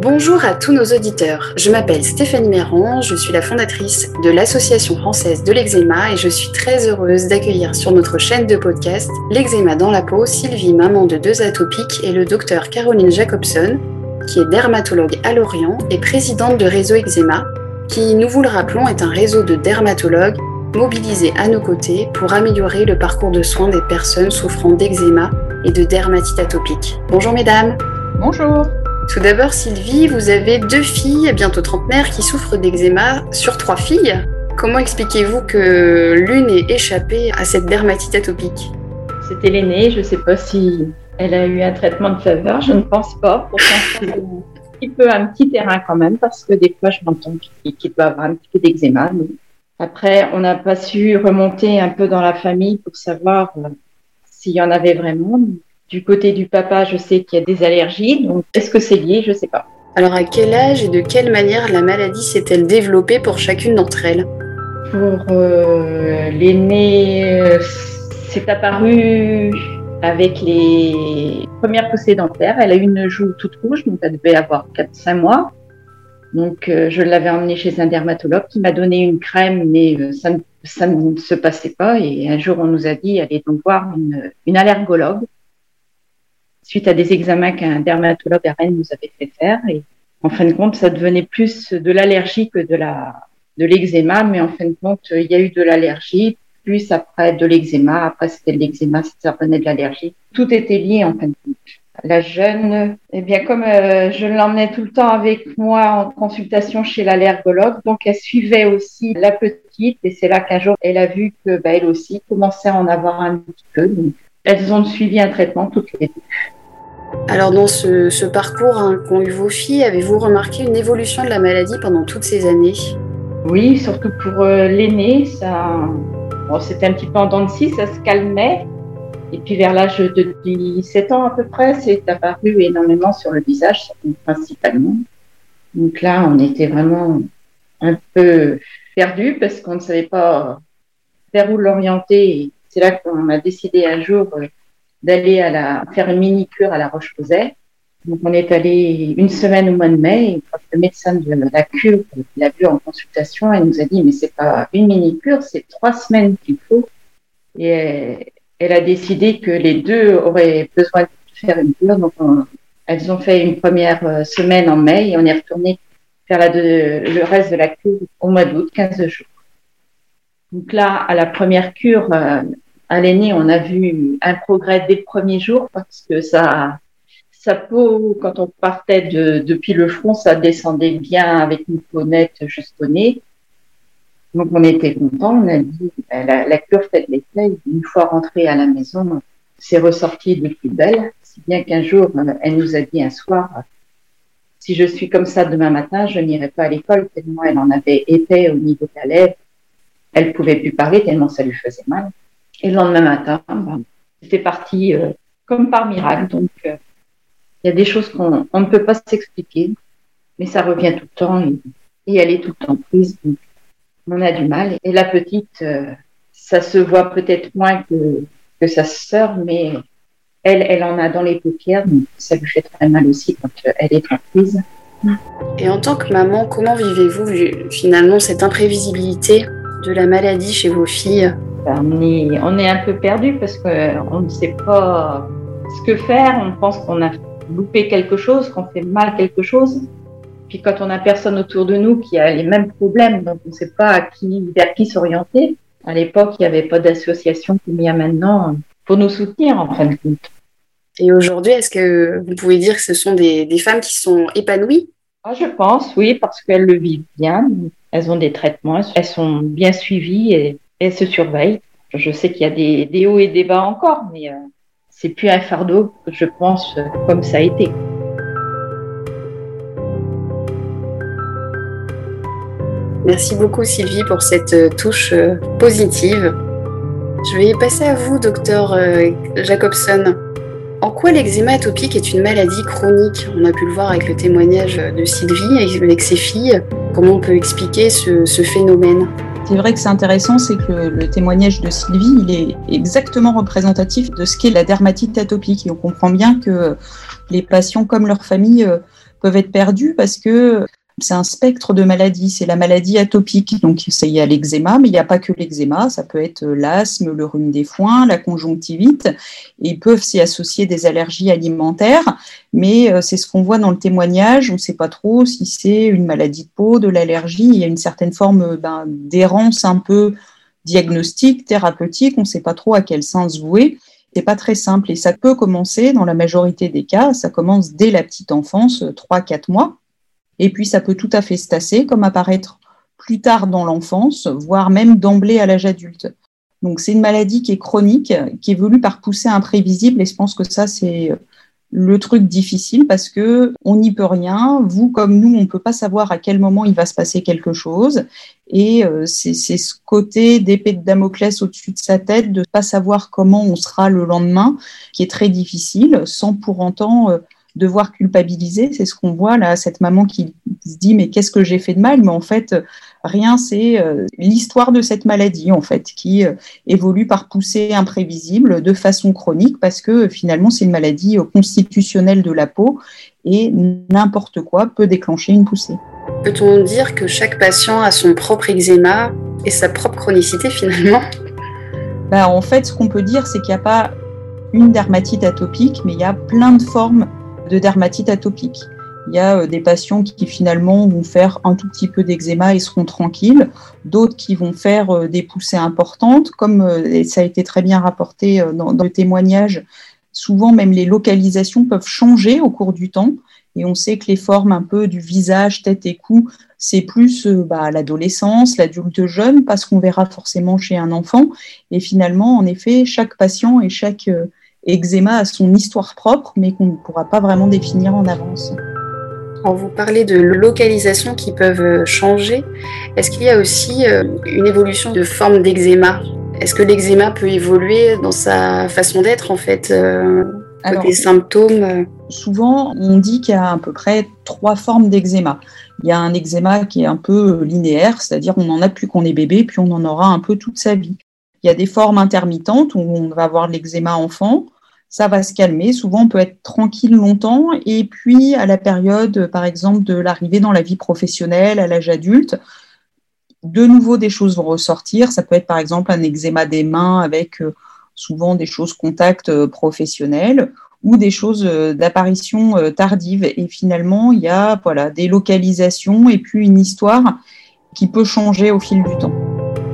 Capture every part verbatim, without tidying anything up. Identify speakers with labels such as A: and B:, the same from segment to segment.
A: Bonjour à tous nos auditeurs, je m'appelle Stéphanie Méran, je suis la fondatrice de l'Association française de l'eczéma et je suis très heureuse d'accueillir sur notre chaîne de podcast L'eczéma dans la peau, Sylvie, maman de deux atopiques, et le docteur Caroline Jacobson, qui est dermatologue à Lorient et présidente de Réseau Eczéma, qui, nous vous le rappelons, est un réseau de dermatologues mobilisés à nos côtés pour améliorer le parcours de soins des personnes souffrant d'eczéma et de dermatite atopique. Bonjour mesdames.
B: Bonjour.
A: Tout d'abord, Sylvie, vous avez deux filles, bientôt trentenaires, qui souffrent d'eczéma sur trois filles. Comment expliquez-vous que l'une ait échappé à cette dermatite atopique ?
B: C'était l'aînée, je ne sais pas si elle a eu un traitement de faveur, je ne pense pas. Pourtant, c'est un petit peu un petit terrain quand même, parce que des fois, je m'entends qu'il, qu'il doit avoir un petit peu d'eczéma. Mais après, on n'a pas su remonter un peu dans la famille pour savoir euh, s'il y en avait vraiment. Du côté du papa, je sais qu'il y a des allergies, donc est-ce que c'est lié ? Je ne sais pas.
A: Alors à quel âge et de quelle manière la maladie s'est-elle développée pour chacune d'entre elles ?
B: Pour euh, l'aînée, euh, c'est apparu avec les premières poussées dentaires. Elle a eu une joue toute rouge, donc elle devait avoir quatre à cinq mois. Donc euh, je l'avais emmenée chez un dermatologue qui m'a donné une crème, mais euh, ça, ne, ça ne se passait pas. Et un jour, on nous a dit, allez donc voir une, une allergologue, suite à des examens qu'un dermatologue à Rennes nous avait fait faire. Et en fin de compte, ça devenait plus de l'allergie que de la de l'eczéma, mais en fin de compte, il y a eu de l'allergie, plus après de l'eczéma, après c'était de l'eczéma, ça revenait de l'allergie. Tout était lié en fin de compte. La jeune, eh bien comme euh, je l'emmenais tout le temps avec moi en consultation chez l'allergologue, donc elle suivait aussi la petite, et c'est là qu'un jour, elle a vu que bah, elle aussi commençait à en avoir un petit peu. Donc, elles ont suivi un traitement toutes les deux.
A: Alors dans ce, ce parcours hein, qu'ont eu vos filles, avez-vous remarqué une évolution de la maladie pendant toutes ces années ?
B: Oui, surtout pour euh, l'aînée, ça, bon, c'était un petit peu en dents de scie, ça se calmait. Et puis vers l'âge de dix-sept ans à peu près, c'est apparu énormément sur le visage, principalement. Donc là, on était vraiment un peu perdus parce qu'on ne savait pas vers où l'orienter. C'est là qu'on a décidé un jour d'aller à la, faire une mini-cure à la Roche-Posay. Donc, on est allé une semaine au mois de mai, et quand le médecin de la cure l'a vu en consultation, elle nous a dit, mais c'est pas une mini-cure, c'est trois semaines qu'il faut. Et elle, elle a décidé que les deux auraient besoin de faire une cure. Donc, on, elles ont fait une première semaine en mai et on est retourné faire la de, le reste de la cure au mois d'août, quinze jours. Donc là, à la première cure, euh, à l'aînée, on a vu un progrès dès le premier jour parce que ça, sa peau, quand on partait de, depuis le front, ça descendait bien avec une peau nette jusqu'au nez. Donc on était contents, on a dit la, la cure faite l'effet. Une fois rentrée à la maison, c'est ressorti de plus belle. Si bien qu'un jour, elle nous a dit un soir, si je suis comme ça demain matin, je n'irai pas à l'école tellement elle en avait épais au niveau de la lèvre. Elle pouvait plus parler tellement ça lui faisait mal. Et le lendemain matin, ben, c'était parti euh, comme par miracle. Donc, il euh, y a des choses qu'on on ne peut pas s'expliquer, mais ça revient tout le temps et, et elle est tout le temps prise. Donc, on a du mal. Et la petite, euh, ça se voit peut-être moins que, que sa sœur, mais elle, elle en a dans les paupières, donc ça lui fait très mal aussi quand euh, elle est en prise.
A: Et en tant que maman, comment vivez-vous finalement cette imprévisibilité de la maladie chez vos filles ?
B: On est, on est un peu perdu parce qu'on ne sait pas ce que faire. On pense qu'on a loupé quelque chose, qu'on fait mal quelque chose. Puis quand on n'a personne autour de nous qui a les mêmes problèmes, donc on ne sait pas à qui, vers qui s'orienter. À l'époque, il n'y avait pas d'association comme il y a maintenant pour nous soutenir en fin de compte.
A: Et aujourd'hui, est-ce que vous pouvez dire que ce sont des, des femmes qui sont épanouies ?
B: Ah, je pense, oui, parce qu'elles le vivent bien. Elles ont des traitements, elles sont bien suivies et elles se surveillent. Je sais qu'il y a des, des hauts et des bas encore, mais euh, c'est plus un fardeau, je pense, euh, comme ça a été.
A: Merci beaucoup Sylvie pour cette touche euh, positive. Je vais passer à vous, docteur euh, Jacobson. En quoi l'eczéma atopique est une maladie chronique ? On a pu le voir avec le témoignage de Sylvie, avec ses filles. Comment on peut expliquer ce, ce phénomène ?
C: C'est vrai que c'est intéressant, c'est que le, le témoignage de Sylvie, il est exactement représentatif de ce qu'est la dermatite atopique. Et on comprend bien que les patients, comme leur famille, peuvent être perdues parce que c'est un spectre de maladies. C'est la maladie atopique. Donc, il y a l'eczéma, mais il n'y a pas que l'eczéma. Ça peut être l'asthme, le rhume des foins, la conjonctivite. Et ils peuvent s'y associer des allergies alimentaires. Mais c'est ce qu'on voit dans le témoignage. On ne sait pas trop si c'est une maladie de peau, de l'allergie. Il y a une certaine forme ben, d'errance un peu diagnostique, thérapeutique. On ne sait pas trop à quel sens vouer. C'est pas très simple. Et ça peut commencer, dans la majorité des cas, ça commence dès la petite enfance, trois à quatre mois. Et puis, ça peut tout à fait se tasser, comme apparaître plus tard dans l'enfance, voire même d'emblée à l'âge adulte. Donc, c'est une maladie qui est chronique, qui évolue par poussées imprévisibles. Et je pense que ça, c'est le truc difficile parce qu'on n'y peut rien. Vous, comme nous, on ne peut pas savoir à quel moment il va se passer quelque chose. Et euh, c'est, c'est ce côté d'épée de Damoclès au-dessus de sa tête, de ne pas savoir comment on sera le lendemain, qui est très difficile, sans pour autant... Euh, devoir culpabiliser, c'est ce qu'on voit là, cette maman qui se dit mais qu'est-ce que j'ai fait de mal, mais en fait rien, c'est euh, l'histoire de cette maladie en fait qui euh, évolue par poussées imprévisibles de façon chronique parce que finalement c'est une maladie euh, constitutionnelle de la peau et n'importe quoi peut déclencher une poussée.
A: Peut-on dire que chaque patient a son propre eczéma et sa propre chronicité finalement ?
C: Ben, en fait, ce qu'on peut dire, c'est qu'il n'y a pas une dermatite atopique, mais il y a plein de formes de dermatite atopique. Il y a euh, des patients qui finalement vont faire un tout petit peu d'eczéma et seront tranquilles, d'autres qui vont faire euh, des poussées importantes, comme euh, et ça a été très bien rapporté euh, dans, dans le témoignage, souvent même les localisations peuvent changer au cours du temps, et on sait que les formes un peu du visage, tête et cou, c'est plus euh, bah, l'adolescence, l'adulte jeune, pas ce qu'on verra forcément chez un enfant, et finalement, en effet, chaque patient et chaque euh, eczéma a son histoire propre, mais qu'on ne pourra pas vraiment définir en avance.
A: Quand vous parlez de localisations qui peuvent changer, est-ce qu'il y a aussi une évolution de forme d'eczéma ? Est-ce que l'eczéma peut évoluer dans sa façon d'être en fait, euh,
C: Alors,
A: des symptômes ?
C: Souvent, on dit qu'il y a à peu près trois formes d'eczéma. Il y a un eczéma qui est un peu linéaire, c'est-à-dire on en a depuis qu'on est bébé, puis on en aura un peu toute sa vie. Il y a des formes intermittentes où on va avoir de l'eczéma enfant, ça va se calmer, souvent on peut être tranquille longtemps, et puis à la période, par exemple, de l'arrivée dans la vie professionnelle, à l'âge adulte, de nouveau des choses vont ressortir, ça peut être par exemple un eczéma des mains avec euh, souvent des choses contact euh, professionnelles, ou des choses euh, d'apparition euh, tardive, et finalement il y a voilà, des localisations et puis une histoire qui peut changer au fil du temps.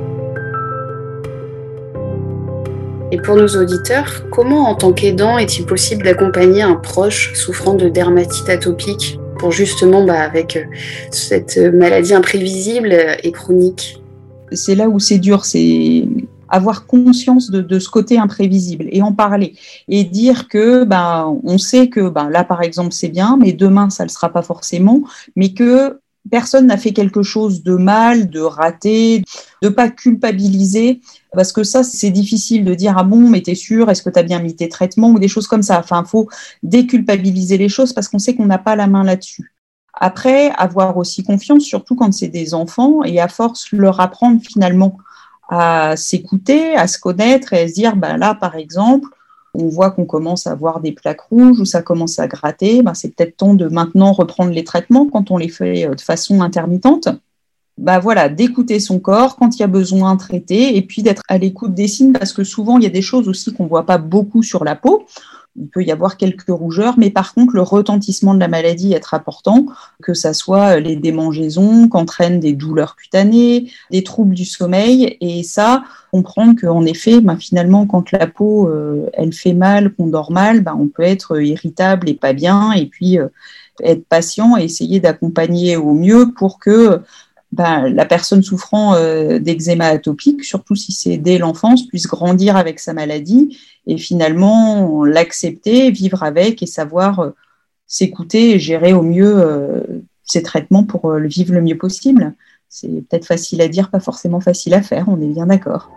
A: Et pour nos auditeurs, comment en tant qu'aidant est-il possible d'accompagner un proche souffrant de dermatite atopique pour justement, bah, avec cette maladie imprévisible et chronique ?
C: C'est là où c'est dur, c'est avoir conscience de, de ce côté imprévisible et en parler et dire que bah, on sait que bah, là par exemple c'est bien, mais demain ça ne le sera pas forcément, mais que personne n'a fait quelque chose de mal, de raté, de pas culpabiliser, parce que ça, c'est difficile de dire « Ah bon, mais t'es sûr, est-ce que t'as bien mis tes traitements ?» ou des choses comme ça. Enfin, il faut déculpabiliser les choses parce qu'on sait qu'on n'a pas la main là-dessus. Après, avoir aussi confiance, surtout quand c'est des enfants, et à force, leur apprendre finalement à s'écouter, à se connaître et à se dire ben là, par exemple, on voit qu'on commence à avoir des plaques rouges ou ça commence à gratter, ben c'est peut-être temps de maintenant reprendre les traitements quand on les fait de façon intermittente. Ben voilà, d'écouter son corps quand il y a besoin de traiter et puis d'être à l'écoute des signes parce que souvent, il y a des choses aussi qu'on ne voit pas beaucoup sur la peau. Il peut y avoir quelques rougeurs, mais par contre, le retentissement de la maladie est important, que ça soit les démangeaisons qu'entraînent des douleurs cutanées, des troubles du sommeil, et ça, comprendre qu'en effet, ben, finalement, quand la peau, euh, elle fait mal, qu'on dort mal, ben, on peut être irritable et pas bien, et puis euh, être patient et essayer d'accompagner au mieux pour que ben, la personne souffrant euh, d'eczéma atopique, surtout si c'est dès l'enfance, puisse grandir avec sa maladie et finalement l'accepter, vivre avec et savoir euh, s'écouter et gérer au mieux euh, ses traitements pour euh, le vivre le mieux possible. C'est peut-être facile à dire, pas forcément facile à faire, on est bien d'accord.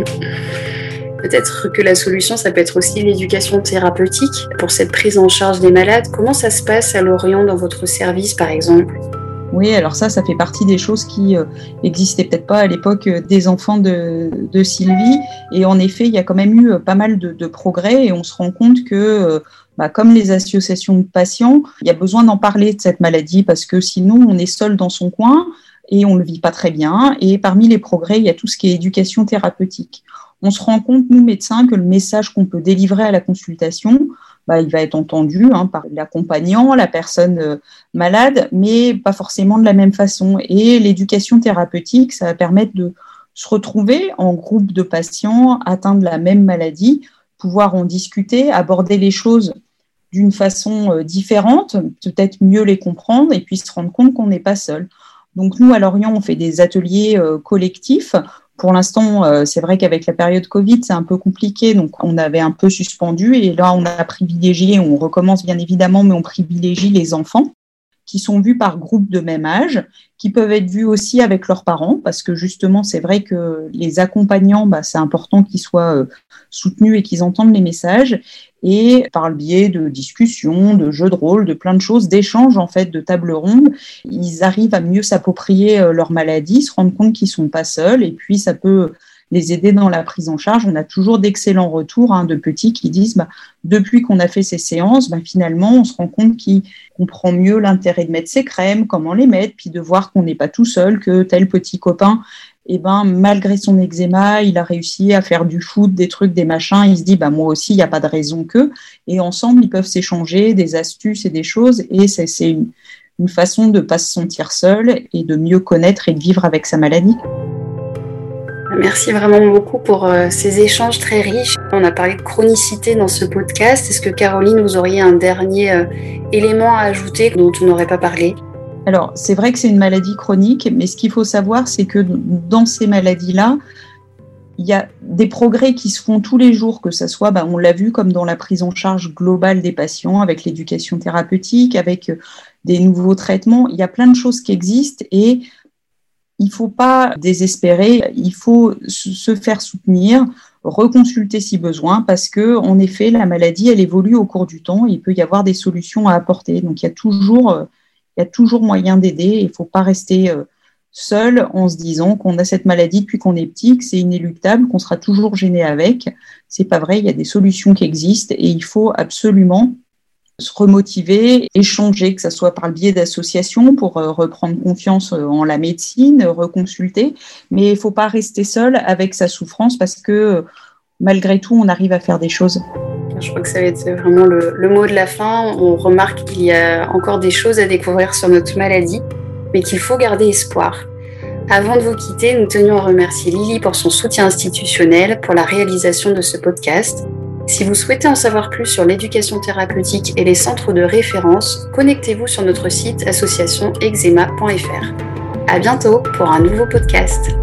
A: Peut-être que la solution, ça peut être aussi l'éducation thérapeutique pour cette prise en charge des malades. Comment ça se passe à Lorient dans votre service, par exemple ?
C: Oui, alors ça, ça fait partie des choses qui euh, n'existaient peut-être pas à l'époque euh, des enfants de, de Sylvie. Et en effet, il y a quand même eu euh, pas mal de, de progrès et on se rend compte que euh, bah, comme les associations de patients, il y a besoin d'en parler de cette maladie parce que sinon on est seul dans son coin et on ne le vit pas très bien. Et parmi les progrès, il y a tout ce qui est éducation thérapeutique. On se rend compte, nous médecins, que le message qu'on peut délivrer à la consultation, bah, il va être entendu hein, par l'accompagnant, la personne euh, malade, mais pas forcément de la même façon. Et l'éducation thérapeutique, ça va permettre de se retrouver en groupe de patients atteints de la même maladie, pouvoir en discuter, aborder les choses d'une façon euh, différente, peut-être mieux les comprendre et puis se rendre compte qu'on n'est pas seul. Donc nous, à Lorient, on fait des ateliers euh, collectifs. Pour l'instant, euh, c'est vrai qu'avec la période Covid, c'est un peu compliqué, donc on avait un peu suspendu et là, on a privilégié, on recommence bien évidemment, mais on privilégie les enfants qui sont vus par groupe de même âge, qui peuvent être vus aussi avec leurs parents, parce que justement, c'est vrai que les accompagnants, bah, c'est important qu'ils soient euh, soutenus et qu'ils entendent les messages, et par le biais de discussions, de jeux de rôle, de plein de choses, d'échanges, en fait, de tables rondes, ils arrivent à mieux s'approprier euh, leur maladie, se rendre compte qu'ils ne sont pas seuls, et puis ça peut les aider dans la prise en charge. On a toujours d'excellents retours hein, de petits qui disent bah, depuis qu'on a fait ces séances, bah, finalement, on se rend compte qu'ils comprennent mieux l'intérêt de mettre ses crèmes, comment les mettre, puis de voir qu'on n'est pas tout seul, que tel petit copain, eh ben, malgré son eczéma, il a réussi à faire du foot, des trucs, des machins. Il se dit bah, moi aussi, il n'y a pas de raison que. Et ensemble, ils peuvent s'échanger des astuces et des choses. Et c'est, c'est une, une façon de ne pas se sentir seul et de mieux connaître et de vivre avec sa maladie.
A: Merci vraiment beaucoup pour euh, ces échanges très riches. On a parlé de chronicité dans ce podcast. Est-ce que Caroline, vous auriez un dernier euh, élément à ajouter dont on n'aurait pas parlé ?
C: Alors, c'est vrai que c'est une maladie chronique, mais ce qu'il faut savoir, c'est que dans ces maladies-là, il y a des progrès qui se font tous les jours, que ce soit, bah, on l'a vu, comme dans la prise en charge globale des patients, avec l'éducation thérapeutique, avec euh, des nouveaux traitements. Il y a plein de choses qui existent et il ne faut pas désespérer, il faut se faire soutenir, reconsulter si besoin, parce que en effet, la maladie, elle évolue au cours du temps, et il peut y avoir des solutions à apporter. Donc, il y a toujours, il y a toujours moyen d'aider, il ne faut pas rester seul en se disant qu'on a cette maladie depuis qu'on est petit, que c'est inéluctable, qu'on sera toujours gêné avec. Ce n'est pas vrai, il y a des solutions qui existent, et il faut absolument se remotiver, échanger, que ce soit par le biais d'associations pour euh, reprendre confiance euh, en la médecine, euh, reconsulter, mais il ne faut pas rester seul avec sa souffrance parce que euh, malgré tout, on arrive à faire des choses.
A: Je crois que ça va être vraiment le, le mot de la fin. On remarque qu'il y a encore des choses à découvrir sur notre maladie, mais qu'il faut garder espoir. Avant de vous quitter, nous tenions à remercier Lily pour son soutien institutionnel pour la réalisation de ce podcast. Si vous souhaitez en savoir plus sur l'éducation thérapeutique et les centres de référence, connectez-vous sur notre site association eczema point f r. À bientôt pour un nouveau podcast.